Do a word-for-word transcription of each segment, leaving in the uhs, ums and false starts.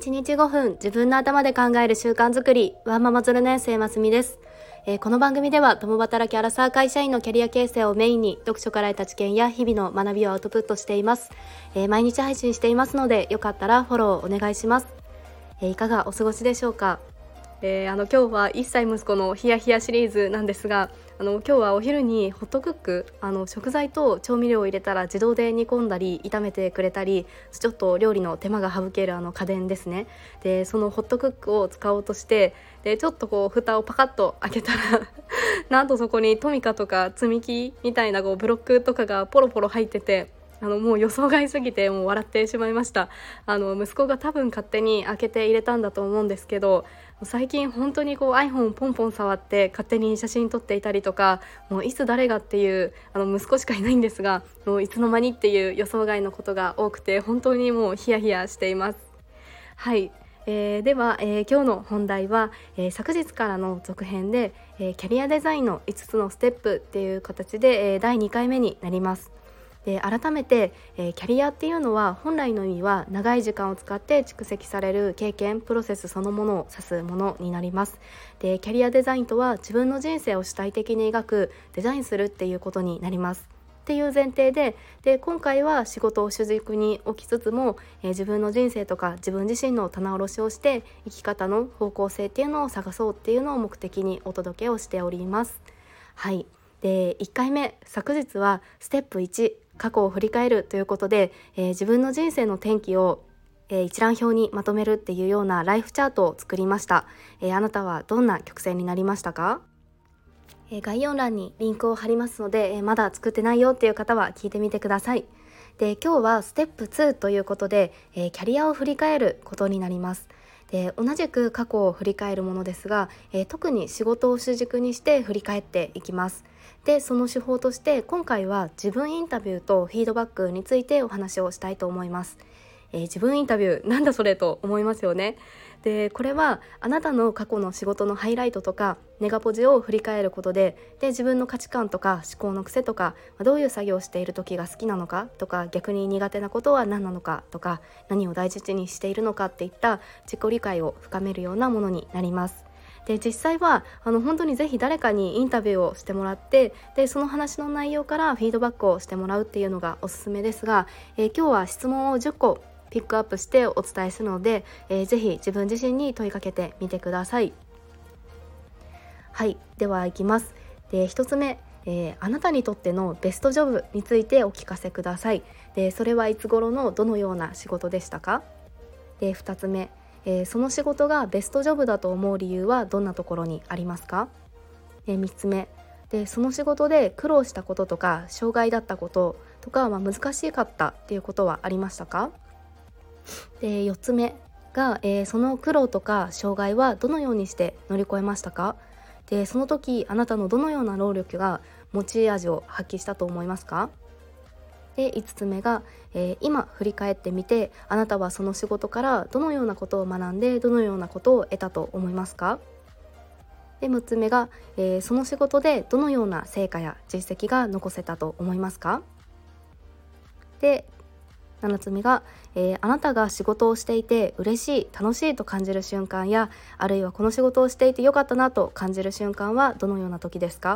いちにちごふん自分の頭で考える習慣づくり、ワンママズル年生ますみです。えー、この番組では共働きアラサー会社員のキャリア形成をメインに読書から得た知見や日々の学びをアウトプットしています。えー、毎日配信していますのでよかったらフォローお願いします。えー、いかがお過ごしでしょうか。えー、あの今日はいっさい息子のヒヤヒヤシリーズなんですが、あの今日はお昼にホットクック、あの食材と調味料を入れたら自動で煮込んだり炒めてくれたり、ちょっと料理の手間が省けるあの家電ですね。でそのホットクックを使おうとして、でちょっとこう蓋をパカッと開けたらなんとそこにトミカとか積み木みたいなこうブロックとかがポロポロ入ってて、あのもう予想外すぎてもう笑ってしまいました。あの息子が多分勝手に開けて入れたんだと思うんですけど、最近本当にこう iPhone ポンポン触って勝手に写真撮っていたりとか、もういつ誰がっていうあの息子しかいないんですが、もういつの間にっていう予想外のことが多くて本当にもうヒヤヒヤしています。はい、えー、では、えー、今日の本題は、えー、昨日からの続編で、えー、キャリアデザインのいつつのステップっていう形で、えー、だいにかいめになります。で改めて、えー、キャリアっていうのは本来の意味は長い時間を使って蓄積される経験プロセスそのものを指すものになります。でキャリアデザインとは自分の人生を主体的に描くデザインするっていうことになりますっていう前提で、で今回は仕事を主軸に置きつつも、えー、自分の人生とか自分自身の棚卸しをして生き方の方向性っていうのを探そうっていうのを目的にお届けをしております。はい。でいっかいめ、昨日はステップいち、過去を振り返るということで、えー、自分の人生の転機を、えー、一覧表にまとめるっていうようなライフチャートを作りました。えー、あなたはどんな曲線になりましたか？えー、概要欄にリンクを貼りますので、えー、まだ作ってないよっていう方は聞いてみてください。で今日はステップにということで、えー、キャリアを振り返ることになります。で同じく過去を振り返るものですが、えー、特に仕事を主軸にして振り返っていきます。でその手法として今回は自分インタビューとフィードバックについてお話をしたいと思います。えー、自分インタビューなんだそれと思いますよね。でこれはあなたの過去の仕事のハイライトとかネガポジを振り返ることで、で自分の価値観とか思考の癖とか、どういう作業をしている時が好きなのかとか、逆に苦手なことは何なのかとか、何を大事にしているのかっていった自己理解を深めるようなものになります。で実際はあの本当にぜひ誰かにインタビューをしてもらって、でその話の内容からフィードバックをしてもらうっていうのがおすすめですが、えー、今日は質問をじゅっこピックアップしてお伝えするので、えー、ぜひ自分自身に問いかけてみてください。はい、ではいきます。でひとつめ、えー、あなたにとってのベストジョブについてお聞かせください。でそれはいつ頃のどのような仕事でしたか？でふたつめ、えー、その仕事がベストジョブだと思う理由はどんなところにありますか？でみっつめで、その仕事で苦労したこととか障害だったこととか、まあ、難しかったっていうことはありましたか？でよっつめが、えー、その苦労とか障害はどのようにして乗り越えましたか？でその時あなたのどのような能力が持ち味を発揮したと思いますか？でいつつめが、えー、今振り返ってみてあなたはその仕事からどのようなことを学んでどのようなことを得たと思いますか？でむっつめが、えー、その仕事でどのような成果や実績が残せたと思いますか？でななつめが、えー、あなたが仕事をしていて嬉しい楽しいと感じる瞬間や、あるいはこの仕事をしていてよかったなと感じる瞬間はどのような時ですか？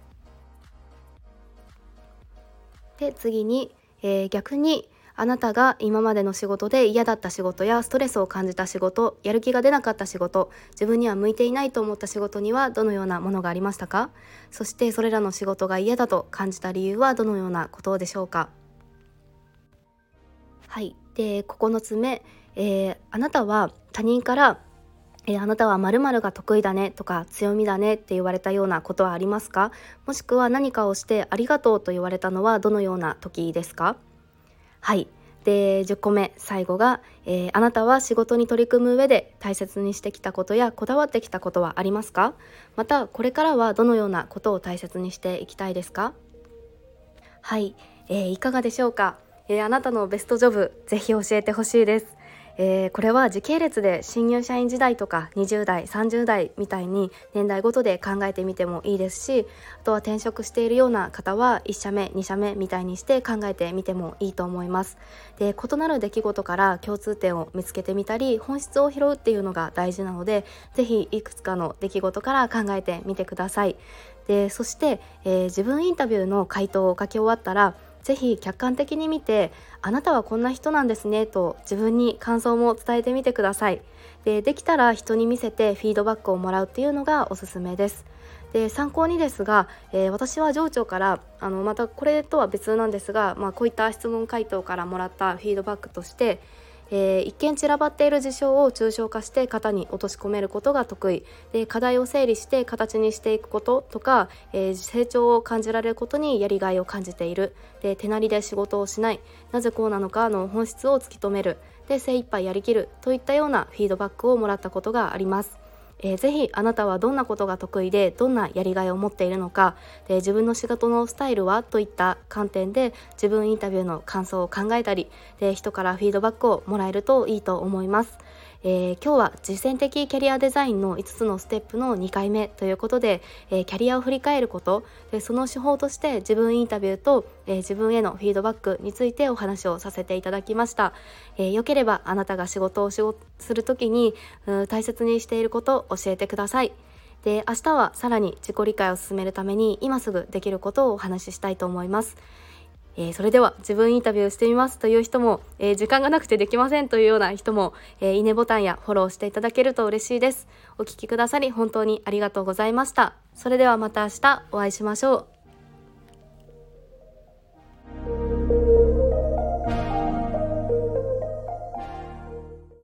で次に、えー、逆にあなたが今までの仕事で嫌だった仕事やストレスを感じた仕事、やる気が出なかった仕事、自分には向いていないと思った仕事にはどのようなものがありましたか？そしてそれらの仕事が嫌だと感じた理由はどのようなことでしょうか？はい。でここのつめ、えー、あなたは他人からえー、あなたは〇〇が得意だねとか強みだねって言われたようなことはありますか？もしくは何かをしてありがとうと言われたのはどのような時ですか？はい。でじゅっこめ、最後が、えー、あなたは仕事に取り組む上で大切にしてきたことやこだわってきたことはありますか？またこれからはどのようなことを大切にしていきたいですか？はい、えー、いかがでしょうか？えー、あなたのベストジョブぜひ教えてほしいです。 えーこれは時系列で新入社員時代とかにじゅう代さんじゅう代みたいに年代ごとで考えてみてもいいですし、あとは転職しているような方はいっ社目に社目みたいにして考えてみてもいいと思います。で、異なる出来事から共通点を見つけてみたり本質を拾うっていうのが大事なので、ぜひいくつかの出来事から考えてみてください。で、そして、えー自分インタビューの回答を書き終わったら、ぜひ客観的に見て、あなたはこんな人なんですねと自分に感想も伝えてみてください。で、できたら人に見せてフィードバックをもらうっていうのがおすすめです。で、参考にですが、えー私は上長からあのまたこれとは別なんですが、まあ、こういった質問回答からもらったフィードバックとして、えー一見散らばっている事象を抽象化して型に落とし込めることが得意で、課題を整理して形にしていくこととか、えー成長を感じられることにやりがいを感じている。で、手なりで仕事をしない、なぜこうなのかの本質を突き止める、で、精一杯やりきるといったようなフィードバックをもらったことがあります。えーぜひあなたはどんなことが得意でどんなやりがいを持っているのか、で、自分の仕事のスタイルはといった観点で自分インタビューの感想を考えたり、で、人からフィードバックをもらえるといいと思います。えー今日は実践的キャリアデザインのいつつのステップのにかいめということで、えーキャリアを振り返ること、で、その手法として自分インタビューと、えー自分へのフィードバックについてお話をさせていただきました。えーよければあなたが仕事を仕事するときにうん大切にしていることを教えてください。で、明日はさらに自己理解を進めるために今すぐできることをお話ししたいと思います。えーそれでは自分インタビューしてみますという人も、えー時間がなくてできませんというような人も、えーいいねボタンやフォローしていただけると嬉しいです。お聞きくださり本当にありがとうございました。それではまた明日お会いしましょう。